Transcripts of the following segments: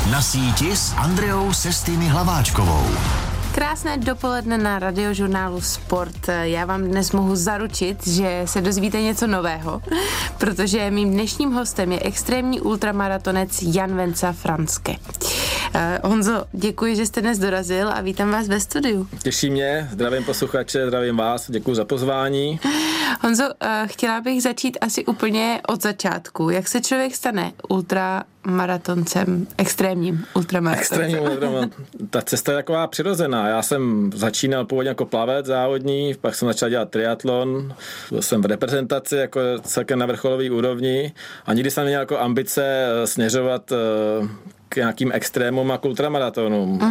Na síti s Andreou Sestými Hlaváčkovou. Krásné dopoledne na radiožurnálu Sport. Já vám dnes mohu zaručit, že se dozvíte něco nového, protože mým dnešním hostem je extrémní ultramaratonec Jan Venca Franzke. Honzo, děkuji, že jste dnes dorazil a vítám vás ve studiu. Těší mě, zdravím posluchače, zdravím vás, děkuji za pozvání. Honzo, chtěla bych začít asi úplně od začátku. Jak se člověk stane ultramaratoncem, extrémním ultramaratoncem? Ta cesta je taková přirozená. Já jsem začínal původně jako plavec závodní, pak jsem začal dělat triatlon, byl jsem v reprezentaci jako celkem na vrcholové úrovni a nikdy jsem neměl jako ambice směřovat k nějakým extrémům a k ultramaratonům.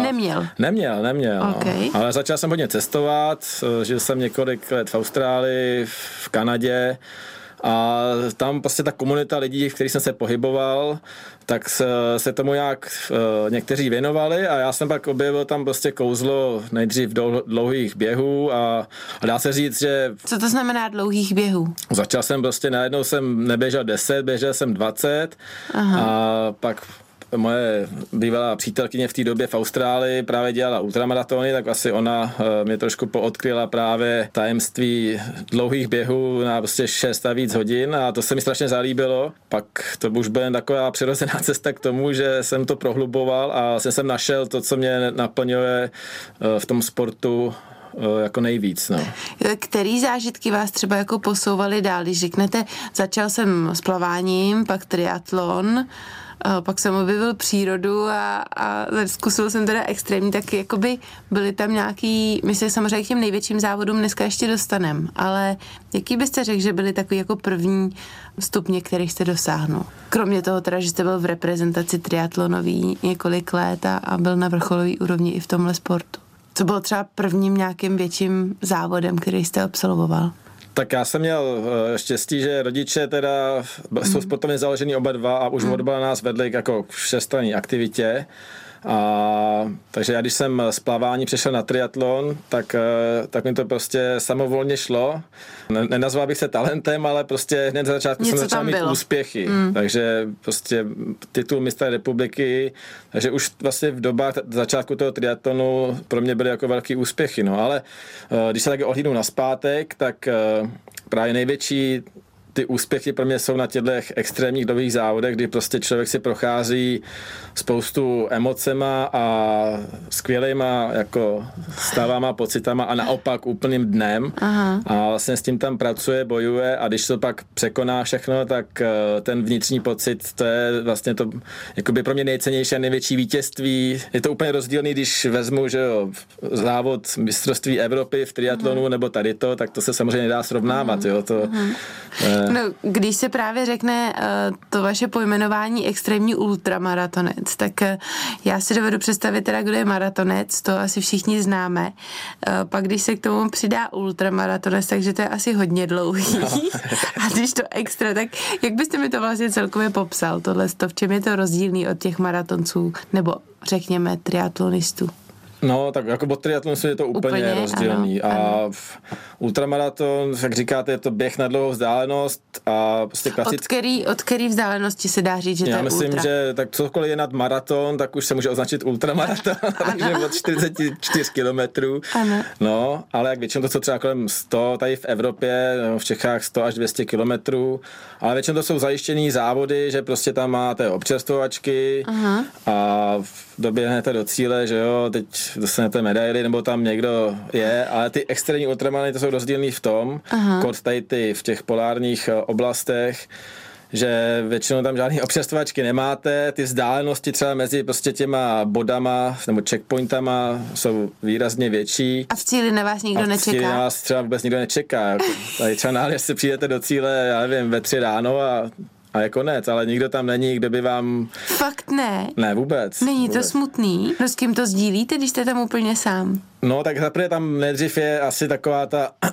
Neměl. Okay. No. Ale začal jsem hodně cestovat, žil jsem několik let v Austrálii, v Kanadě a tam prostě ta komunita lidí, v kterých jsem se pohyboval, tak se tomu nějak někteří věnovali a já jsem pak objevil tam prostě kouzlo nejdřív dlouhých běhů a dá se říct, že... Co to znamená dlouhých běhů? Začal jsem prostě, najednou jsem neběžel 10, běžel jsem 20. Aha. A pak moje bývalá přítelkyně v té době v Austrálii právě dělala ultramaratony, tak asi ona mě trošku poodkryla právě tajemství dlouhých běhů na prostě 6 a víc hodin a to se mi strašně zalíbilo. Pak to už byla taková přirozená cesta k tomu, že jsem to prohluboval a vlastně jsem našel to, co mě naplňuje v tom sportu jako nejvíc. No. Který zážitky vás třeba jako posouvaly dál? Když řeknete, začal jsem s plaváním, pak triatlon, pak jsem objevil přírodu a zkusil jsem teda extrémní, tak jakoby byly tam nějaký, my se samozřejmě k těm největším závodům dneska ještě dostaneme, ale jaký byste řekl, že byly takový jako první stupně, kterých jste dosáhnul? Kromě toho teda, že jste byl v reprezentaci triatlonový několik let a byl na vrcholové úrovni i v tomhle sportu. Co bylo třeba prvním nějakým větším závodem, který jste absolvoval? Tak já jsem měl štěstí, že rodiče teda jsou sportovně založený oba dva a už od nás vedli jako k všestranné aktivitě. Takže já když jsem z plavání přešel na triatlon, tak mi to prostě samovolně šlo. Nenazval bych se talentem, ale prostě hned za začátku jsem začal mít úspěchy. Takže prostě titul mistra republiky, takže už vlastně v dobách začátku toho triatlonu pro mě byly jako velký úspěchy. No. Ale když se taky ohlídnu nazpátek, tak právě největší ty úspěchy pro mě jsou na těchto extrémních dlouhých závodech, kdy prostě člověk si prochází spoustu emocema a skvělýma jako stavama, pocitama a naopak úplným dnem. Aha. A vlastně s tím tam pracuje, bojuje a když to pak překoná všechno, tak ten vnitřní pocit, to je vlastně to jakoby pro mě nejcennější a největší vítězství. Je to úplně rozdílný, když vezmu, že jo, závod mistrovství Evropy v triatlonu nebo tady to, tak to se samozřejmě nedá srovnávat. Jo, to, no, když se právě řekne to vaše pojmenování extrémní ultramaratonec, tak já si dovedu představit teda, kdo je maratonec, to asi všichni známe. Pak když se k tomu přidá ultramaratonec, takže to je asi hodně dlouhý. No. A když to extra, tak jak byste mi to vlastně celkově popsal, tohle, v čem je to rozdílný od těch maratonců, nebo řekněme triatlonistů? No, tak jako od triatlonu je to úplně rozdílný. Ano. Ultramaraton, jak říkáte, je to běh na dlouhou vzdálenost a prostě klasický. Od který vzdálenosti se dá říct, že to je ultra? Já myslím, že tak cokoliv je nad maraton, tak už se může označit ultramaraton, takže od 44 kilometrů. No, ale jak většinou to jsou třeba kolem 100, tady v Evropě, v Čechách 100 až 200 kilometrů, ale většinou to jsou zajištěný závody, že prostě tam máte občerstvovačky a doběhnete do cíle, že jo, teď dostanete medaily, nebo tam někdo je, ale ty extrémní ultramarany to jsou rozdílný v tom, kod tady ty v těch polárních oblastech, že většinou tam žádný občerstvovačky nemáte, ty vzdálenosti třeba mezi prostě těma bodama nebo checkpointama jsou výrazně větší. A v cíli na vás nikdo nečeká? V cíli na vás třeba vůbec nikdo nečeká. Tady třeba náhle si přijdete do cíle, já nevím, ve 3 ráno a je konec, ale nikdo tam není, kdo by vám... Fakt ne? Ne, vůbec. Není vůbec. To smutný? No s kým to sdílíte, když jste tam úplně sám? No tak zaprvé tam nejdřív je asi taková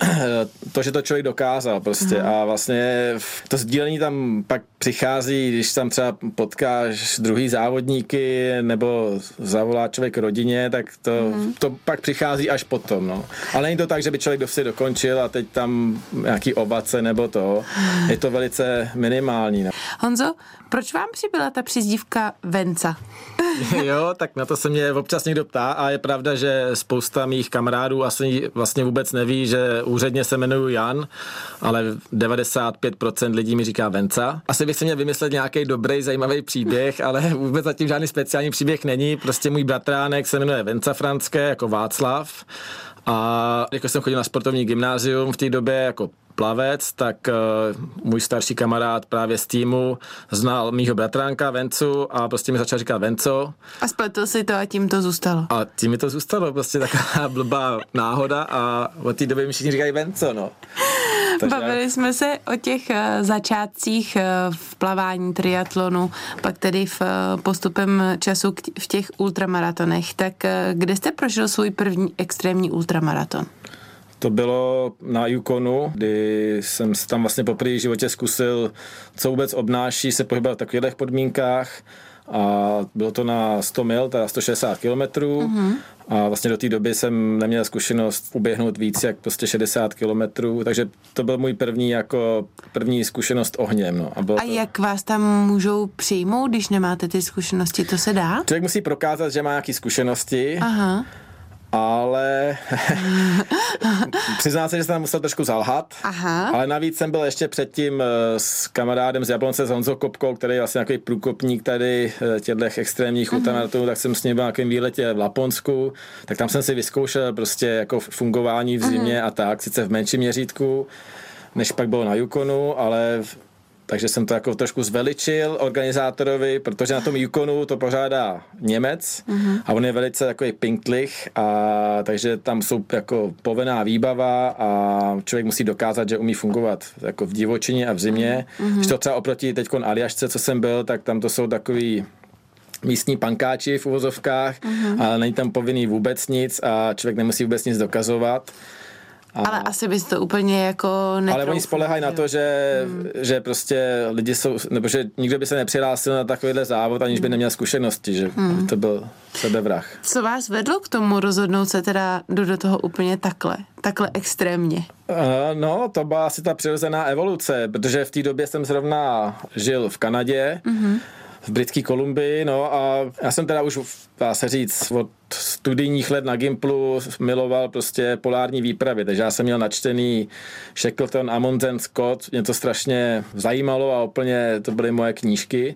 to, že to člověk dokázal prostě a vlastně to sdílení tam pak přichází, když tam třeba potkáš druhý závodníky nebo zavolá člověk rodině, tak to pak přichází až potom, no. Ale není to tak, že by člověk si dokončil a teď tam nějaký ovace nebo to. Je to velice minimální. No. Honzo, proč vám přibyla ta přezdívka Venca? Jo, tak na to se mě občas někdo ptá a je pravda, že spousta mých kamarádů asi vlastně vůbec neví, že úředně se jmenuji Jan, ale 95% lidí mi říká Venca. Asi bych si měl vymyslet nějaký dobrý, zajímavý příběh, ale vůbec zatím žádný speciální příběh není. Prostě můj bratránek se jmenuje Venca Franské, jako Václav. A jako jsem chodil na sportovní gymnázium v té době jako plavec, tak můj starší kamarád právě z týmu znal mýho bratránka Vencu a prostě mi začal říkat Venco. A spletl si to a tím to zůstalo. A tím mi to zůstalo, prostě taková blbá náhoda a od té doby mi všichni říkají Venco, no. Bavili jsme se o těch začátcích v plavání triatlonu, pak tedy v postupem času v těch ultramaratonech. Tak kde jste prošel svůj první extrémní ultramaraton? To bylo na Yukonu, kdy jsem se tam vlastně poprvé v životě zkusil, co vůbec obnáší se pohybovat v takových podmínkách. A bylo to na 100 mil, teda 160 kilometrů. A vlastně do té doby jsem neměl zkušenost uběhnout víc jak prostě 60 kilometrů, takže to byl můj první zkušenost ohněm. No. A jak vás tam můžou přijmout, když nemáte ty zkušenosti, to se dá? Člověk musí prokázat, že má nějaké zkušenosti. Aha. Ale přiznám se, že jsem tam musel trošku zalhat. Aha. Ale navíc jsem byl ještě předtím s kamarádem z Jablonce, s Honzou Kopkou, který je vlastně nějaký průkopník tady těchto extrémních ultramaratonů, tak jsem s ním byl na nějakém výletě v Laponsku, tak tam jsem si vyzkoušel prostě jako fungování v zimě a tak, sice v menším měřítku, než pak bylo na Yukonu, ale takže jsem to jako trošku zveličil organizátorovi, protože na tom Yukonu to pořádá Němec a on je velice takový pinktlich a takže tam jsou jako povinná výbava a člověk musí dokázat, že umí fungovat jako v divočině a v zimě. Když to třeba oproti teďkon Aljašce, co jsem byl, tak tam to jsou takový místní pankáči v uvozovkách, ale není tam povinný vůbec nic a člověk nemusí vůbec nic dokazovat. Ale asi bys to úplně jako netroufl. Ale oni spolehají na to, že prostě lidi jsou, nebo že nikdo by se nepřihlásil na takovýhle závod, aniž by neměl zkušenosti, že to byl sebevrah. Co vás vedlo k tomu rozhodnout se teda do toho úplně takhle extrémně? No, to byla asi ta přirozená evoluce, protože v té době jsem zrovna žil v Kanadě, v Britské Kolumbii, no a já jsem teda už, dá se říct, od studijních let na Gimplu miloval prostě polární výpravy, takže já jsem měl načtený Shackleton, Amundsen, Scott, mě to strašně zajímalo a úplně to byly moje knížky,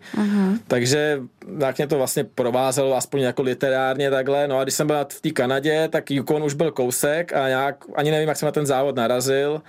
takže tak mě to vlastně provázelo aspoň jako literárně takhle, no a když jsem byl v té Kanadě, tak Yukon už byl kousek a nějak, ani nevím, jak jsem na ten závod narazil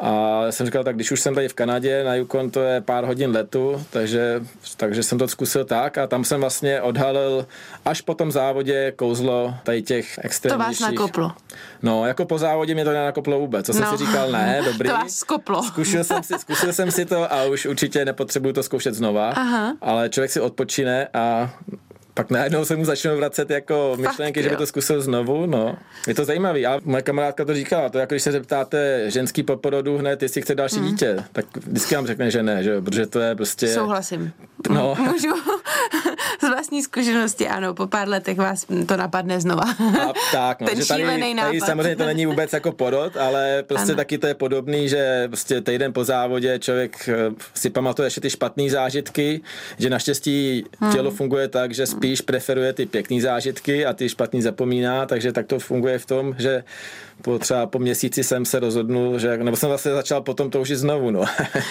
a jsem říkal, tak když už jsem tady v Kanadě, na Yukon to je pár hodin letu, takže jsem to zkusil tak a tam jsem vlastně odhalil až po tom závodě kouzlo tady těch extrémnějších. To vás nakoplo. No, jako po závodě mě to nenakoplo vůbec. Co jsem si říkal, ne, dobrý. To vás skoplo. Zkusil jsem si to a už určitě nepotřebuju to zkoušet znova. Ale člověk si odpočine a pak najednou se mu začnou vracet jako myšlenky, že by to zkusil znovu, no. Je to zajímavý. A moje kamarádka to říkala, to jako když se zeptáte ženský po porodu hned, jestli chce další dítě, tak vždycky vám řekne, že ne, že jo, protože to je prostě... Souhlasím. No. Můžu z vlastní zkušenosti, ano, po pár letech vás to napadne znova. A tak, no, ten že tady samozřejmě to není vůbec jako porod, ale prostě taky to je podobný, že prostě týden po závodě člověk si pamatuje ještě ty špatný zážitky, že naštěstí tělo funguje tak, že spíš preferuje ty pěkný zážitky a ty špatný zapomíná, takže tak to funguje v tom, že třeba po měsíci jsem se rozhodnul, že, nebo jsem vlastně začal potom toužit znovu, no.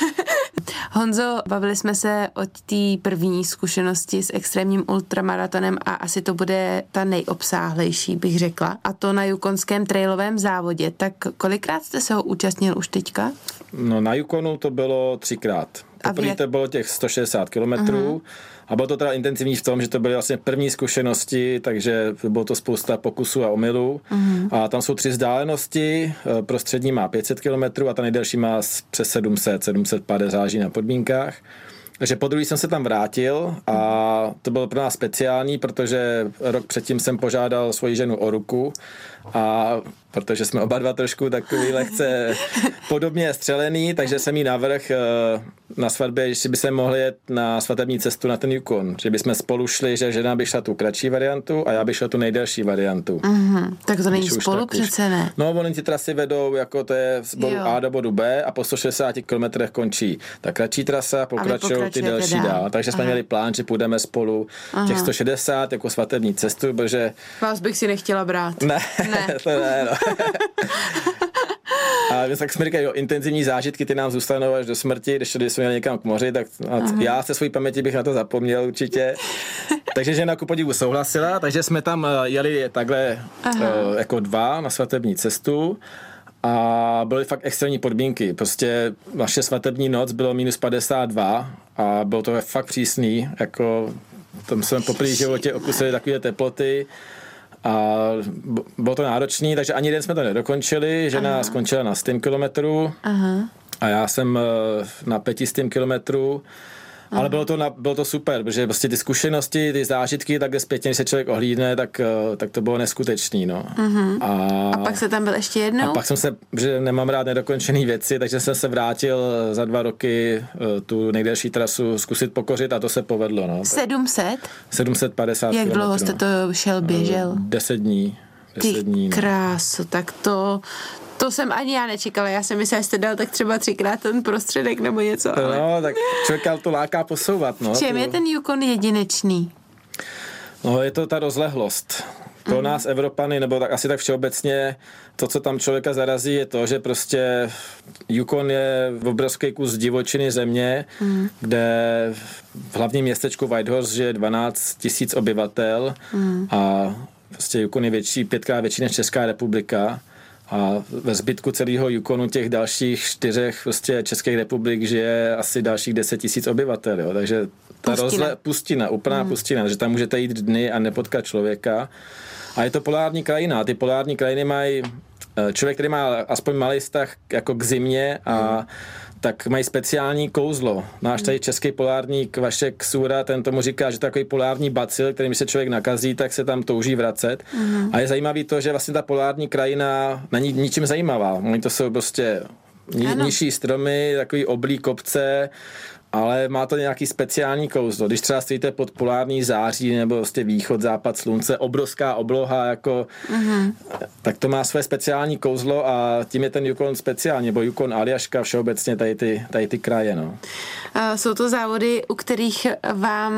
Honzo, bavili jsme se o té první zkušenosti s extrémním ultramaratonem a asi to bude ta nejobsáhlejší, bych řekla. A to na Yukonském trailovém závodě. Tak kolikrát jste se ho účastnil už teďka? No na Yukonu to bylo 3krát. Poprvé to bylo těch 160 kilometrů a bylo to teda intenzivní v tom, že to byly vlastně první zkušenosti, takže bylo to spousta pokusů a omylů. A tam jsou 3 vzdálenosti, prostřední má 500 kilometrů a ta nejdelší má přes 750, záleží na podmínkách. Takže po druhý jsem se tam vrátil a to bylo pro nás speciální, protože rok předtím jsem požádal svoji ženu o ruku a protože jsme oba dva trošku takový lehce podobně střelený, takže jsem jí navrch na svatbě, že by se mohli jet na svatební cestu na ten Yukon, že bychom spolu šli, že žena by šla tu kratší variantu a já bych šla tu nejdelší variantu. Tak to není spolu přece, ne? No, oni ty trasy vedou, jako to je z bodu A do bodu B a po 160 kilometrech končí ta kratší trasa, pokračují pokračujete ty delší dál. Takže jsme měli plán, že půjdeme spolu těch 160 jako svatební cestu, protože... Vás bych si nechtěla brát. Ne. To ne, no. A tak jsme říkali, jo, intenzivní zážitky, ty nám zůstanou až do smrti, když jsme měli někam k moři, tak já se svojí paměti bych na to zapomněl určitě. Takže žena ku podivu souhlasila, takže jsme tam jeli takhle jako dva na svatební cestu a byly fakt extrémní podmínky. Prostě naše svatební noc bylo -52 a bylo to fakt přísný, jako tam jsme poprvé v životě okusili takové teploty. A bylo to náročný, takže ani den jsme to nedokončili, žena skončila na 100 kilometrů a já jsem na 500 kilometrů, ale bylo to super, protože prostě ty zkušenosti, ty zážitky, takhle zpětně, když se člověk ohlídne, tak to bylo neskutečný, no. A pak se tam byl ještě jednou? A pak jsem se, že nemám rád nedokončený věci, takže jsem se vrátil za 2 roky tu nejdelší trasu zkusit pokořit a to se povedlo, no. 750 Jak kilometrů. dlouho jste to běžel? 10 dní. Ty kráso, tak to jsem ani já nečekala. Já jsem myslela, že jste dal tak třeba 3krát ten prostředek nebo něco. Ale... No, tak člověka to láká posouvat, no. Čem je ten Yukon jedinečný? No, je to ta rozlehlost. Pro nás Evropany, nebo tak asi tak všeobecně, to, co tam člověka zarazí, je to, že prostě Yukon je obrovský kus divočiny země, kde v hlavním městečku Whitehorse žije 12 000 obyvatel a prostě Yukon je větší, 5krát větší než Česká republika. A ve zbytku celého Yukonu těch dalších 4 prostě českých republik žije asi dalších 10 000 obyvatel, jo. Takže ta pustina, úplná pustina, že tam můžete jít dny a nepotkat člověka. A je to polární krajina. Ty polární krajiny mají člověk, který má aspoň malý vztah jako k zimě a tak mají speciální kouzlo. Náš tady český polárník Vašek Sůra, ten tomu říká, že takový polární bacil, kterým se člověk nakazí, tak se tam touží vracet. A je zajímavý to, že vlastně ta polární krajina není ničím zajímavá. Oni to jsou prostě nižší stromy, takový oblí kopce, ale má to nějaký speciální kouzlo. Když třeba stojíte pod polární září nebo prostě východ, západ slunce, obrovská obloha, jako, tak to má své speciální kouzlo a tím je ten Yukon speciální, nebo Yukon Aljaška, všeobecně tady ty kraje. No. Jsou to závody, u kterých vám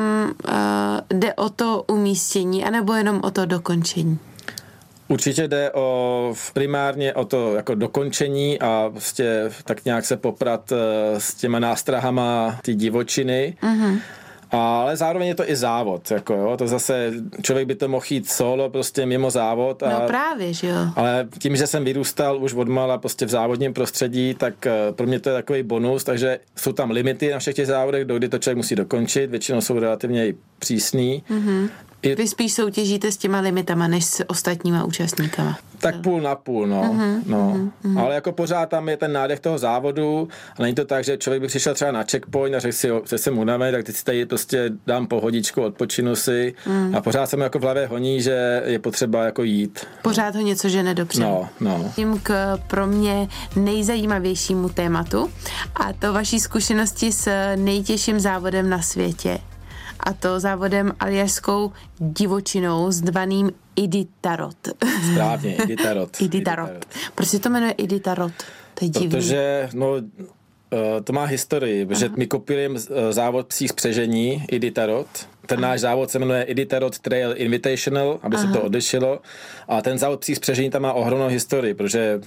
jde o to umístění, anebo jenom o to dokončení? Určitě jde primárně o to jako dokončení a prostě tak nějak se poprat s těma nástrahama ty divočiny. Ale zároveň je to i závod. Jako jo. To zase člověk by to mohl jít solo prostě mimo závod. No právě, že jo. Ale tím, že jsem vyrůstal už odmala prostě v závodním prostředí, tak pro mě to je takový bonus, takže jsou tam limity na všech těch závodech, do kdy to člověk musí dokončit. Většinou jsou relativně přísný. Vy spíš soutěžíte s těma limitama, než s ostatníma účastníkama. Tak půl na půl, no. Ale jako pořád tam je ten nádech toho závodu a není to tak, že člověk by přišel třeba na checkpoint a řekl si, že jsem unavený, tak teď si tady prostě dám pohodičku, odpočinu si a pořád jsem jako v hlavě honí, že je potřeba jako jít. Pořád ho něco žene dopředu. No. Tím k pro mě nejzajímavějšímu tématu a to vaší zkušenosti s nejtěžším závodem na světě. A to závodem aljašskou divočinou zvaným Iditarod. Správně, Iditarod. Iditarod. Proč se to jmenuje Iditarod? To je divný. Protože, to má historii, protože my kopírujeme závod psích spřežení Iditarod. Ten náš závod se jmenuje Iditarod Trail Invitational, aby se to odlišilo. A ten závod psích spřežení tam má ohromnou historii, protože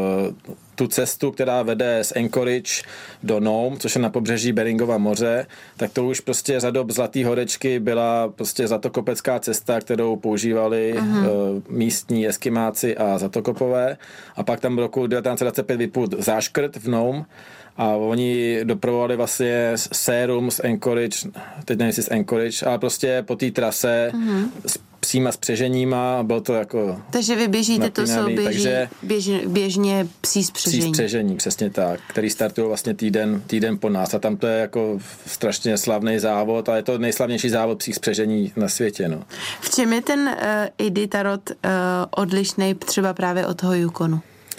tu cestu, která vede z Anchorage do Nome, což je na pobřeží Beringova moře, tak to už prostě za dob Zlatý horečky byla prostě zatokopecká cesta, kterou používali místní eskimáci a zatokopové. A pak tam v roku 1925 vypud záškrt v Nome a oni doprovovali vlastně sérum z Anchorage, teď nevím, jestli z Anchorage, ale prostě po té trase s psíma spřeženíma, bylo to jako... Takže vy běžíte to souběží, běžně psí spřežení. Psí spřežení, přesně tak, který startují vlastně týden po nás a tam to je jako strašně slavný závod a je to nejslavnější závod psích spřežení na světě, no. V čem je ten Iditarod odlišnej třeba právě od toho Yukonu?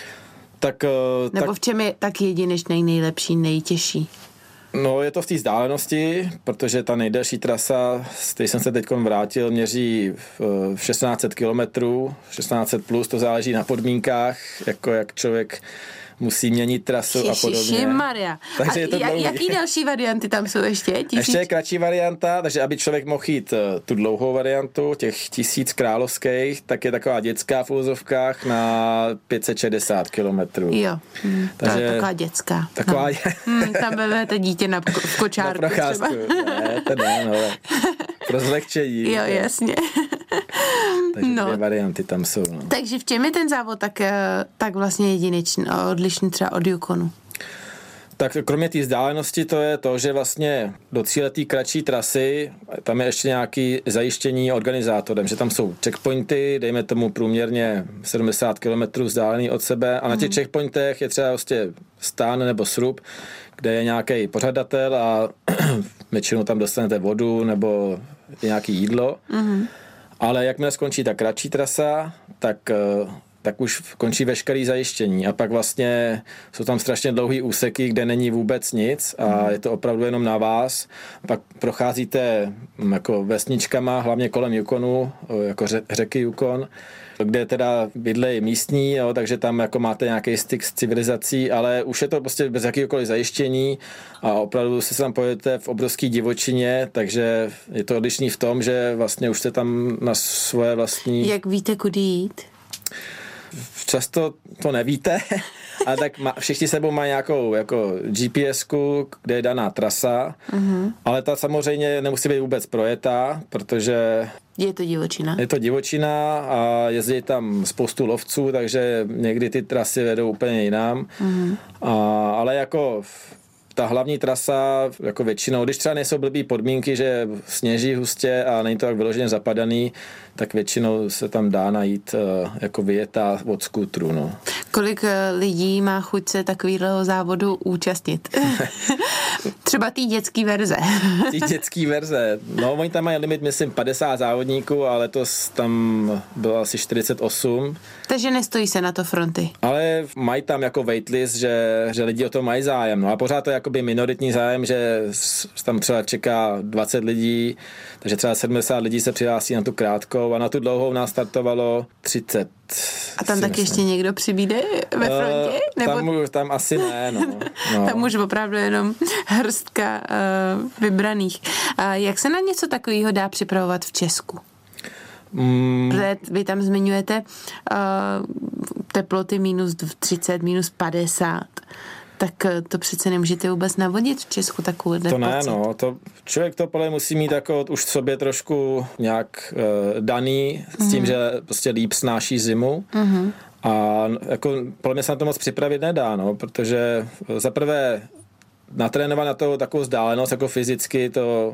Nebo v čem je tak jedinečný, nejlepší, nejtěžší? No, je to v té vzdálenosti, protože ta nejdelší trasa, z které jsem se teď vrátil, měří 1600 kilometrů, 1600 plus, to záleží na podmínkách, jako jak člověk musí měnit trasu a podobně. Ježišimaria. Takže je to jaký další varianty tam jsou ještě? Ještě je kratší varianta, takže aby člověk mohl jít tu dlouhou variantu, těch 1000 královských, tak je taková dětská v úvozovkách na 560 kilometrů. Jo, takže, to je taková dětská. Taková tam vezmete dítě v kočárku. Na procházku. Ne, to ne, no. Pro zlehčení. Jo, jasně. Takže dvě varianty tam jsou. No. Takže v čem je ten závod tak vlastně jedinečný a odlišný třeba od Yukonu? Tak kromě té vzdálenosti to je to, že vlastně do cíle té kratší trasy tam je ještě nějaké zajištění organizátorem, že tam jsou checkpointy, dejme tomu průměrně 70 km vzdálený od sebe a na těch checkpointech je třeba vlastně stán nebo srub, kde je nějaký pořadatel a většinou tam dostanete vodu nebo nějaké jídlo. Ale jakmile skončí ta kratší trasa, tak už končí veškeré zajištění a pak vlastně jsou tam strašně dlouhý úseky, kde není vůbec nic a je to opravdu jenom na vás. Pak procházíte jako vesničkama, hlavně kolem Yukonu, jako řeky Yukon, kde teda bydlejí místní, jo, takže tam jako máte nějaký styk s civilizací, ale už je to prostě bez jakýkoliv zajištění a opravdu se tam pojedete v obrovské divočině, takže je to odlišný v tom, že vlastně už jste tam na svoje vlastní... Jak víte, kudy jít? Často to nevíte, ale tak všichni sebou mají nějakou jako GPS-ku, kde je daná trasa, ale ta samozřejmě nemusí být vůbec projetá, protože je to divočina. Je to divočina a jezdí tam spoustu lovců, takže někdy ty trasy vedou úplně jinam, ale jako ta hlavní trasa, jako většinou, když třeba nejsou blbý podmínky, že sněží hustě a není to tak vyloženě zapadaný, tak většinou se tam dá najít jako vyjetá od skútru. No. Kolik lidí má chuť se takovýhle závodu účastnit? Třeba té dětské verze. Té dětské verze. No, oni tam mají limit, myslím, 50 závodníků, ale to tam bylo asi 48. Takže nestojí se na to fronty. Ale mají tam jako waitlist, že lidi o to mají zájem. No a pořád to je jakoby minoritní zájem, že tam třeba čeká 20 lidí, takže třeba 70 lidí se přihlásí na tu krátkou a na tu dlouhou nás startovalo 30. A tam taky ještě někdo přibíde ve frontě? Nebo... Tam asi ne, no. Tam už opravdu jenom hrstka vybraných. Jak se na něco takového dá připravovat v Česku? Protože vy tam zmiňujete teploty minus 30, minus 50. Tak to přece nemůžete vůbec navodit v Česku takovou pocit. To ne, no. Člověk to podle musí mít jako už v sobě trošku nějak daný s tím, že prostě líp snáší zimu. A jako podle mě se na to moc připravit nedá, no, protože zaprvé natrénovat na to takovou vzdálenost jako fyzicky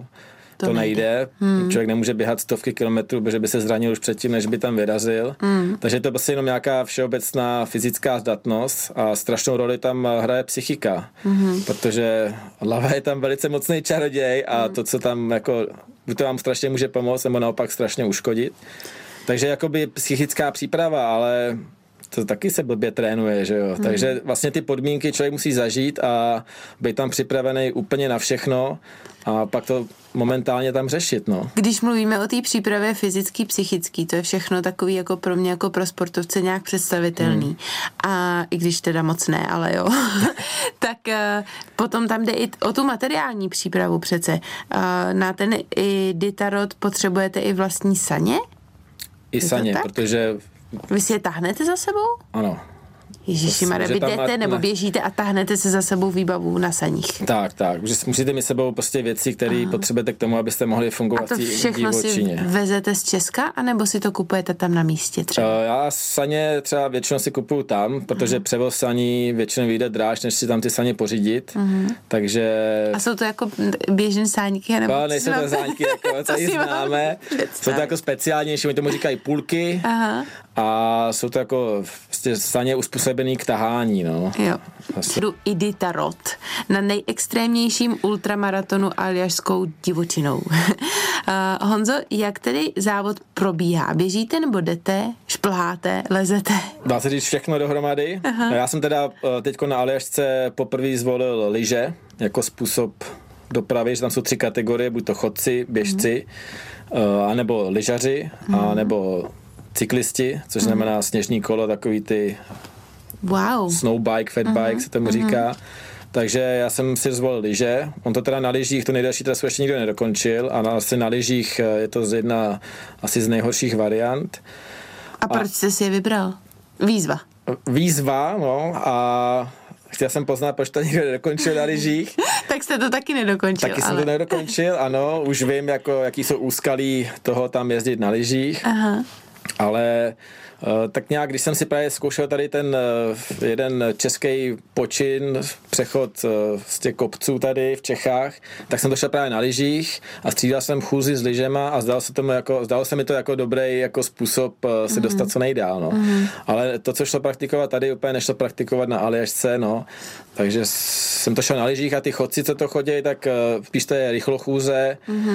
to nejde. Člověk nemůže běhat stovky kilometrů, protože by se zranil už předtím, než by tam vyrazil. Takže je to prostě jenom nějaká všeobecná fyzická zdatnost a strašnou roli tam hraje psychika. Protože hlava je tam velice mocný čaroděj a to, co tam jako, buď to vám strašně může pomoct, nebo naopak strašně uškodit. Takže jakoby psychická příprava, ale to taky se blbě trénuje, že jo. Takže vlastně ty podmínky člověk musí zažít a být tam připravený úplně na všechno a pak to momentálně tam řešit, no. Když mluvíme o té přípravě fyzický, psychický, to je všechno takový jako pro mě, jako pro sportovce nějak představitelný. A i když teda moc ne, ale jo. Tak potom tam jde i o tu materiální přípravu přece. Na ten Iditarod potřebujete i vlastní saně? I saně, protože... Vy si je táhnete za sebou? Ano. Ježišimare, vy jdete nebo běžíte a táhnete se za sebou výbavu na saních. Tak. Musíte mít sebou prostě věci, které potřebujete k tomu, abyste mohli fungovat v divočině. A to všechno si vezete z Česka, anebo si to kupujete tam na místě třeba? Já saně třeba většinou si kupuju tam, protože převoz saní většinou vyjde dráž, než si tam ty saně pořídit. Takže... A jsou to jako běžné sáňky? Nebo nejsou to sáňky, jako tady známe. Jsou to jako speciálnější, oni tomu říkají půlky. A jsou to jako vlastně saně uspůsobený k tahání, no. Jo. Jdu Iditarod na nejextrémnějším ultramaratonu aljašskou divočinou. Honzo, jak tedy závod probíhá? Běžíte nebo jdete? Šplháte? Lezete? Dá se říct všechno dohromady. No, já jsem teda teďko na Aljašce poprvé zvolil lyže jako způsob dopravy, že tam jsou 3 kategorie, buď to chodci, běžci, anebo lyžaři, anebo cyklisti, což znamená sněžní kolo, takový ty Wow. Snowbike, fatbike se tomu říká. Takže já jsem si zvolil lyže. On to teda na lyžích, tu nejdelší trasu ještě nikdo nedokončil a asi na lyžích je to jedna asi z nejhorších variant. A proč jste si je vybral? Výzva, no, a chtěl jsem poznat, proč to nikdo nedokončil na lyžích. Tak jste to taky nedokončil. Taky jsem to nedokončil, ano. Už vím, jaký jsou úskalí toho tam jezdit na lyžích. Aha. Ale tak nějak, když jsem si právě zkoušel tady ten jeden český počin, přechod z těch kopců tady v Čechách, tak jsem to šel právě na lyžích a střídal jsem chůzi s lyžema a zdalo se mi to jako dobrý jako způsob se dostat co nejdál, no. Ale to, co šlo praktikovat tady, úplně nešlo praktikovat na Aljašce, no. Takže jsem to šel na lyžích a ty chodci, co to chodí, tak spíš to je rychlochůze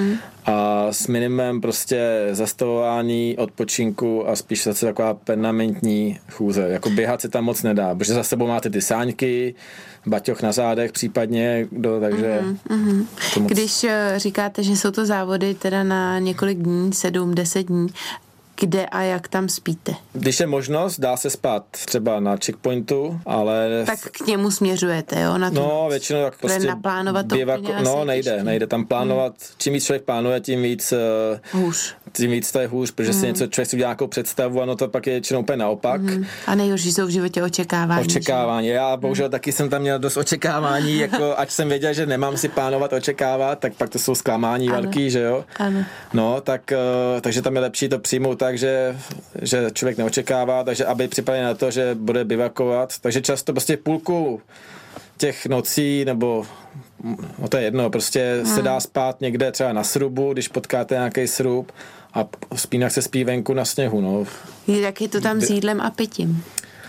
a s minimem prostě zastavování, odpočinku a spíš zase taková permanentní chůze. Jako běhat se tam moc nedá, protože za sebou máte ty sáňky, baťoch na zádech případně, takže... Moc... Když říkáte, že jsou to závody teda na několik dní, 7-10 dní, kde a jak tam spíte? Když je možnost, dá se spát třeba na checkpointu, ale... Tak k němu směřujete, jo? Na no, většinou jak prostě... naplánovat to úplně no, nejde tam plánovat. Čím víc člověk plánuje, tím víc... Hůř. Tím víc to je hůř, protože si něco člověk si udělá nějakou představu, ano, to pak je většinou úplně naopak. A nejhorší jsou v životě očekávání. Očekávání. Já bohužel taky jsem tam měl dost očekávání, jako ať jsem věděl, že nemám si plánovat, očekávat, tak pak to jsou zklamání velký, že jo? Ano. No, takže tam je lepší to přijmout tak, že člověk neočekává, takže aby připravený na to, že bude bivakovat. Takže často prostě půlku těch nocí, nebo no to je jedno, prostě se dá spát někde třeba na srubu, když potkáte nějaký srub a spínak se spí venku na sněhu, no. Jak je to tam s jídlem a pitím?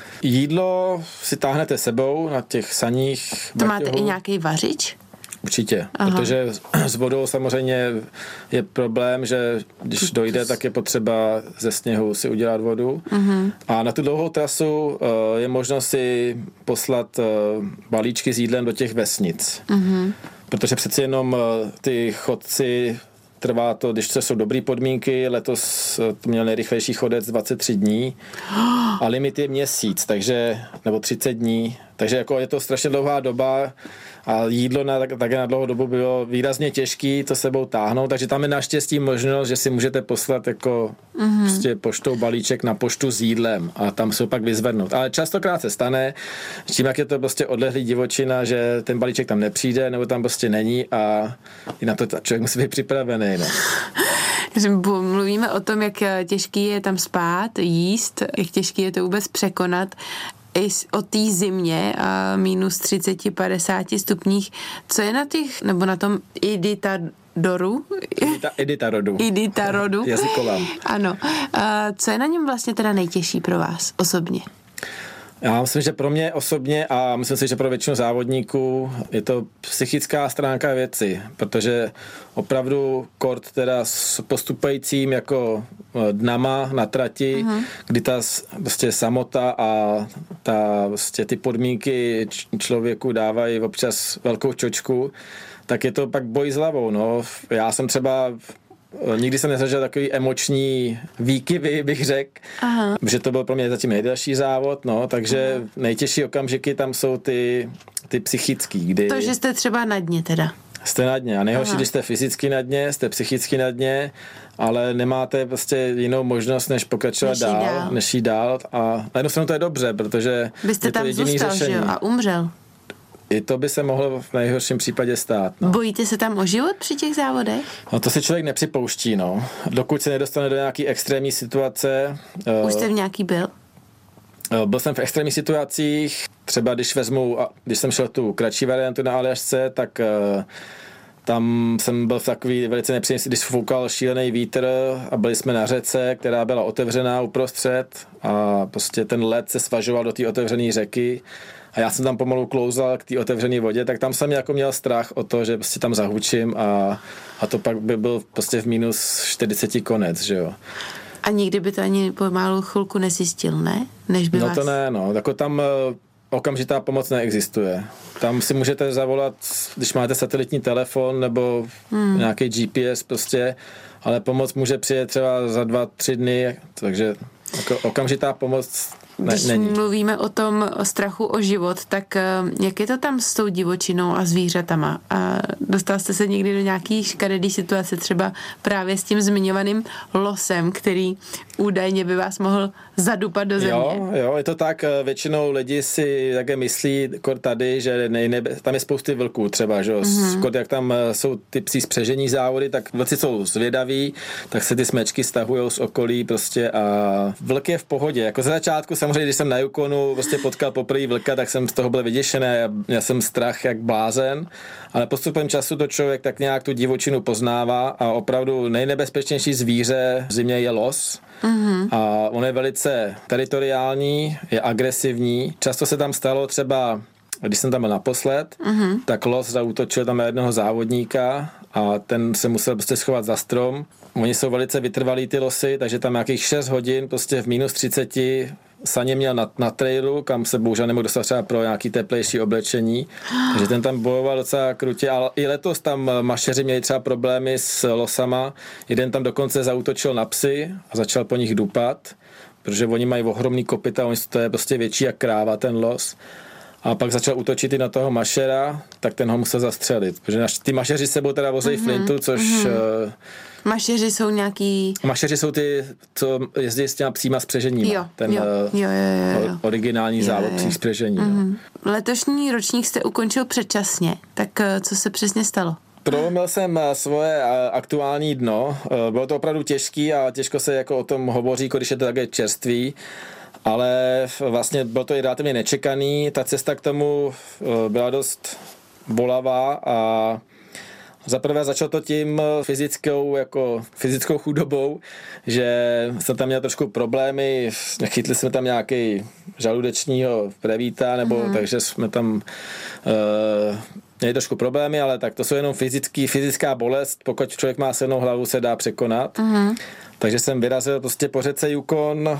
Jídlo si táhnete sebou na těch saních. To máte i nějaký vařič? Určitě, protože s vodou samozřejmě je problém, že když dojde, tak je potřeba ze sněhu si udělat vodu. A na tu dlouhou trasu je možno si poslat balíčky s jídlem do těch vesnic. Protože přeci jenom ty chodci trvá to, když jsou dobrý podmínky, letos to měl nejrychlejší chodec 23 dní a limit je měsíc, takže, nebo 30 dní, takže jako je to strašně dlouhá doba a jídlo také na dlouhou dobu bylo výrazně těžký to sebou táhnout, takže tam je naštěstí možnost, že si můžete poslat jako prostě poštou balíček na poštu s jídlem a tam se pak vyzvednout. Ale častokrát se stane, tím jak je to prostě odlehlý divočina, že ten balíček tam nepřijde nebo tam prostě není a i na to člověk musí být připravený. No. Mluvíme o tom, jak těžký je tam spát, jíst, jak těžký je to vůbec překonat. I o té zimě a minus 30-50 stupních. Co je na těch, nebo na tom Iditarod jazykovám. Ano. Co je na něm vlastně teda nejtěžší pro vás osobně? Já myslím, že pro mě osobně a myslím si, že pro většinu závodníků je to psychická stránka věci, protože opravdu kort teda s postupujícím jako dnama na trati, kdy ta prostě samota a prostě ty podmínky člověku dávají občas velkou čočku, tak je to pak boj s hlavou. No. Já jsem třeba nikdy jsem nezažil takový emoční výkyvy, bych řekl, že to byl pro mě zatím nejdelší závod, no, takže nejtěžší okamžiky tam jsou ty psychický, kdy... To, že jste třeba na dně teda. Jste na dně a nejhorší, když jste fyzicky na dně, jste psychicky na dně, ale nemáte prostě jinou možnost, než pokračovat než jít dál a na jednu stranu to je dobře, protože byste je to tam jediný zůstal, řešení. Že jo? A umřel. I to by se mohlo v nejhorším případě stát. No. Bojíte se tam o život při těch závodech? No to si člověk nepřipouští, no. Dokud se nedostane do nějaký extrémní situace. Už jste v nějaký byl? Byl jsem v extrémních situacích, třeba když jsem šel tu kratší variantu na Aljašce, tak tam jsem byl v takový velice nepříjemný, když foukal šílený vítr a byli jsme na řece, která byla otevřená uprostřed a prostě ten led se svažoval do té otevřené řeky a já jsem tam pomalu klouzal k té otevřené vodě, tak tam jsem jako měl strach o to, že prostě tam zahučím a to pak by byl prostě v minus 40 konec, že jo. A nikdy by to ani pomalu chvilku nezjistil, ne? Než by no vás... to ne, no. Jako tam okamžitá pomoc neexistuje. Tam si můžete zavolat, když máte satelitní telefon nebo nějaký GPS prostě, ale pomoc může přijet třeba za 2-3 dny, takže jako okamžitá pomoc není. Mluvíme o tom strachu o život, tak jak je to tam s tou divočinou a zvířatama? A dostal jste se někdy do nějaký škaredý situace, třeba právě s tím zmiňovaným losem, který údajně by vás mohl zadupat do země? Jo, je to tak, většinou lidi si také myslí tady, že tam je spousty vlků třeba, že jak tam jsou ty psí spřežení závody, tak vlci jsou zvědaví, tak se ty smečky stahujou z okolí prostě a vlk je v pohodě. Jako za začátku samozřejmě, když jsem na Yukonu prostě potkal poprvé vlka, tak jsem z toho byl vyděšený, měl jsem strach jak blázen, ale postupem času to člověk tak nějak tu divočinu poznává a opravdu nejnebezpečnější zvíře v zimě je los. A on je velice teritoriální, je agresivní. Často se tam stalo třeba, když jsem tam byl naposled, tak los zaútočil tam na jednoho závodníka a ten se musel prostě schovat za strom. Oni jsou velice vytrvalí ty losy, takže tam nějakých 6 hodin prostě v -30 saně měl na trailu, kam se bohužel nemohl dostat třeba pro nějaký teplejší oblečení. Takže ten tam bojoval docela krutě, ale i letos tam mašeři měli třeba problémy s losama. Jeden tam dokonce zaútočil na psy a začal po nich dupat, protože oni mají ohromný kopyta, to je prostě větší jak kráva ten los. A pak začal útočit i na toho mašera, tak ten ho musel zastřelit. Protože ty mašeři s sebou teda vozejí flintu, což... Mašeři jsou nějaký... Mašeři jsou ty, co jezdí s těma psíma spřeženíma. Jo. Originální závod psích spřežení. Letošní ročník jste ukončil předčasně, tak co se přesně stalo? Prolomil jsem svoje aktuální dno. Bylo to opravdu těžký a těžko se jako o tom hovoří, když je to také čerstvý. Ale vlastně bylo to i relativně nečekaný. Ta cesta k tomu byla dost bolavá a zaprvé začalo to tím fyzickou chudobou, že jsem tam měl trošku problémy, chytli jsme tam nějaký žaludečního prevíta, takže jsme tam měli trošku problémy, ale tak to jsou jenom fyzická bolest, pokud člověk má silnou hlavu, se dá překonat. Takže jsem vyrazil prostě po řece Yukon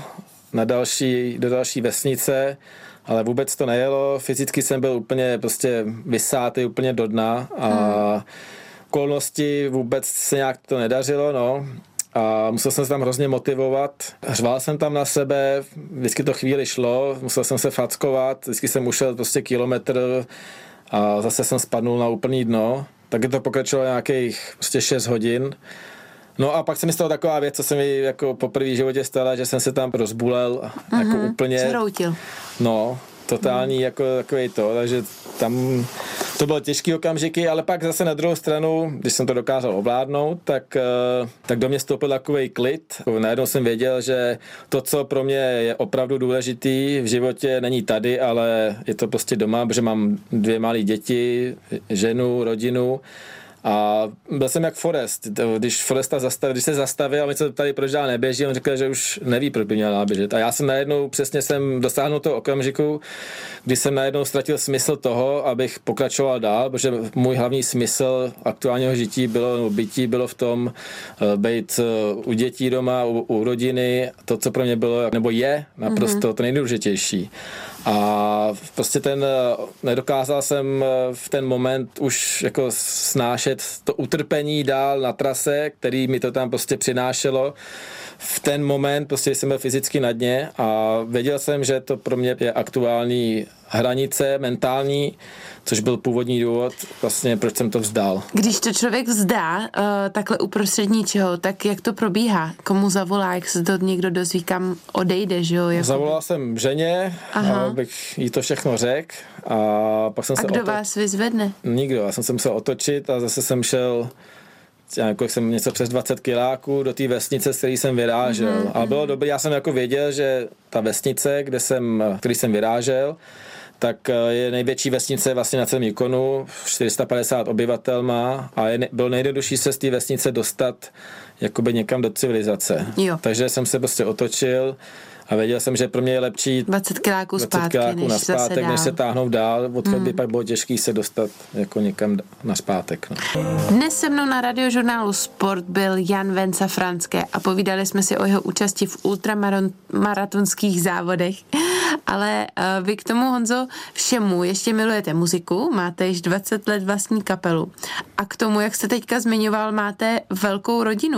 do další vesnice, ale vůbec to nejelo. Fyzicky jsem byl úplně prostě vysátý, úplně do dna a okolnosti vůbec se nějak to nedařilo, no. A musel jsem se tam hrozně motivovat. Řval jsem tam na sebe, vždycky to chvíli šlo, musel jsem se fackovat, vždycky jsem ušel prostě kilometr a zase jsem spadnul na úplný dno. Taky to pokračovalo nějakých prostě 6 hodin. No a pak se mi stala taková věc, co se mi jako poprvé v životě stala, že jsem se tam rozbulel jako úplně. Zhroutil. No, totální jako takovej to, takže tam to bylo těžký okamžiky, ale pak zase na druhou stranu, když jsem to dokázal ovládnout, tak do mě stoupil takovej klid. Najednou jsem věděl, že to, co pro mě je opravdu důležitý v životě, není tady, ale je to prostě doma, protože mám 2 malé děti, ženu, rodinu. A byl jsem jak Forrest, když se zastavil a my se tady proč dál neběží, on řekl, že už neví, proč by měl běžet. A já jsem najednou přesně dosáhnul toho okamžiku, kdy jsem najednou ztratil smysl toho, abych pokračoval dál, protože můj hlavní smysl aktuálního bytí bylo v tom být u dětí doma, u rodiny, to, co pro mě bylo, nebo je naprosto to nejdůležitější. A prostě nedokázal jsem v ten moment už jako snášet to utrpení dál na trase, který mi to tam prostě přinášelo. V ten moment prostě jsem byl fyzicky na dně a věděl jsem, že to pro mě je aktuální hranice mentální, což byl původní důvod, vlastně proč jsem to vzdal. Když to člověk vzdá takhle uprostřed ničeho, tak jak to probíhá? Komu zavolá, jak se to někdo dozví, kam odejde, že jo? Zavolal jsem ženě, abych jí to všechno řekl a pak jsem kdo vás vyzvedne? Nikdo, já jsem se musel otočit a zase jsem šel jako jsem něco přes 20 kiláků do té vesnice, z který jsem vyrážel. Ale bylo dobré, já jsem jako věděl, že ta vesnice, který jsem vyrážel, tak je největší vesnice vlastně na celém Yukonu, 450 obyvatel má a bylo nejjednodušší se z té vesnice dostat jakoby někam do civilizace. Jo. Takže jsem se prostě otočil a věděl jsem, že pro mě je lepší 20 kiláků zpátky, než se táhnout dál, odkud by pak bylo těžký se dostat jako někam naspátek. No. Dnes se mnou na radiožurnálu Sport byl Jan Venca Franské a povídali jsme si o jeho účasti v ultramaratonských závodech. Ale vy k tomu, Honzo, všemu ještě milujete muziku, máte již 20 let vlastní kapelu. A k tomu, jak jste teďka zmiňoval, máte velkou rodinu,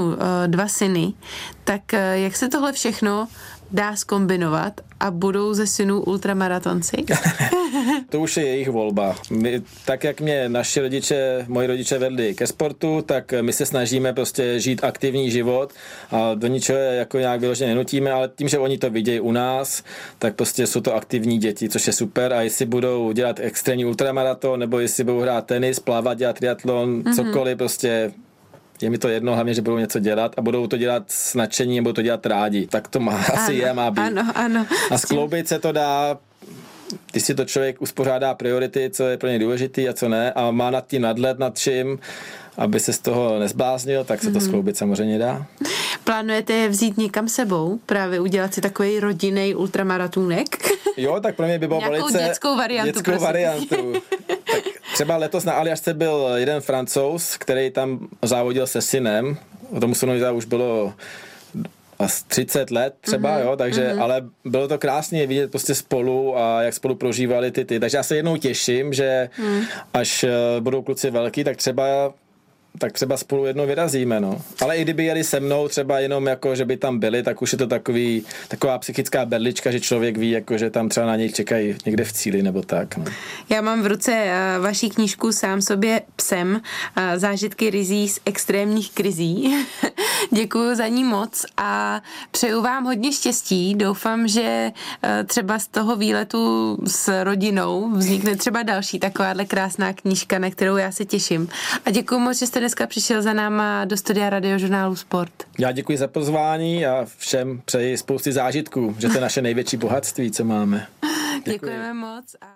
2 syny, tak jak se tohle všechno dá zkombinovat a budou ze synů ultramaratonci? To už je jejich volba. Tak jak mě moji rodiče vedli ke sportu, tak my se snažíme prostě žít aktivní život a do ničeho jako nějak vyloženě nenutíme, ale tím, že oni to vidějí u nás, tak prostě jsou to aktivní děti, což je super, a jestli budou dělat extrémní ultramaraton, nebo jestli budou hrát tenis, plavat, dělat triatlon, cokoliv, prostě je mi to jedno, hlavně, že budou něco dělat a budou to dělat s nadšením, budou to dělat rádi. Tak to asi má být. Ano. A skloubit se to dá, když si to člověk uspořádá priority, co je pro něj důležitý a co ne, a má nad tím nadhled nad čím, aby se z toho nezbláznil, tak se to skloubit samozřejmě dá. Plánujete je vzít někam sebou? Právě udělat si takový rodinný ultramaratonek? Jo, tak pro mě by bylo velice... dětskou variantu. Tak třeba letos na Aljašce byl jeden Francouz, který tam závodil se synem. Tomu synovi už bylo 30 let třeba, jo, takže, ale bylo to krásně vidět prostě spolu a jak spolu prožívali ty. Takže já se jednou těším, že až budou kluci velký, tak třeba spolu jednou vyrazíme, no. Ale i kdyby jeli se mnou třeba jenom jako, že by tam byli, tak už je to taková psychická berlička, že člověk ví, jako, že tam třeba na něj čekají někde v cíli nebo tak, no. Já mám v ruce vaši knížku Sám sobě psem, zážitky rizí z extrémních krizí. Děkuju za ní moc a přeju vám hodně štěstí. Doufám, že třeba z toho výletu s rodinou vznikne třeba další takováhle krásná knížka, na kterou já se těším. A děkuju moc, že jste dneska přišel za náma do studia Radiožurnálu Sport. Já děkuji za pozvání a všem přeji spousty zážitků, že to je naše největší bohatství, co máme. Děkujeme moc.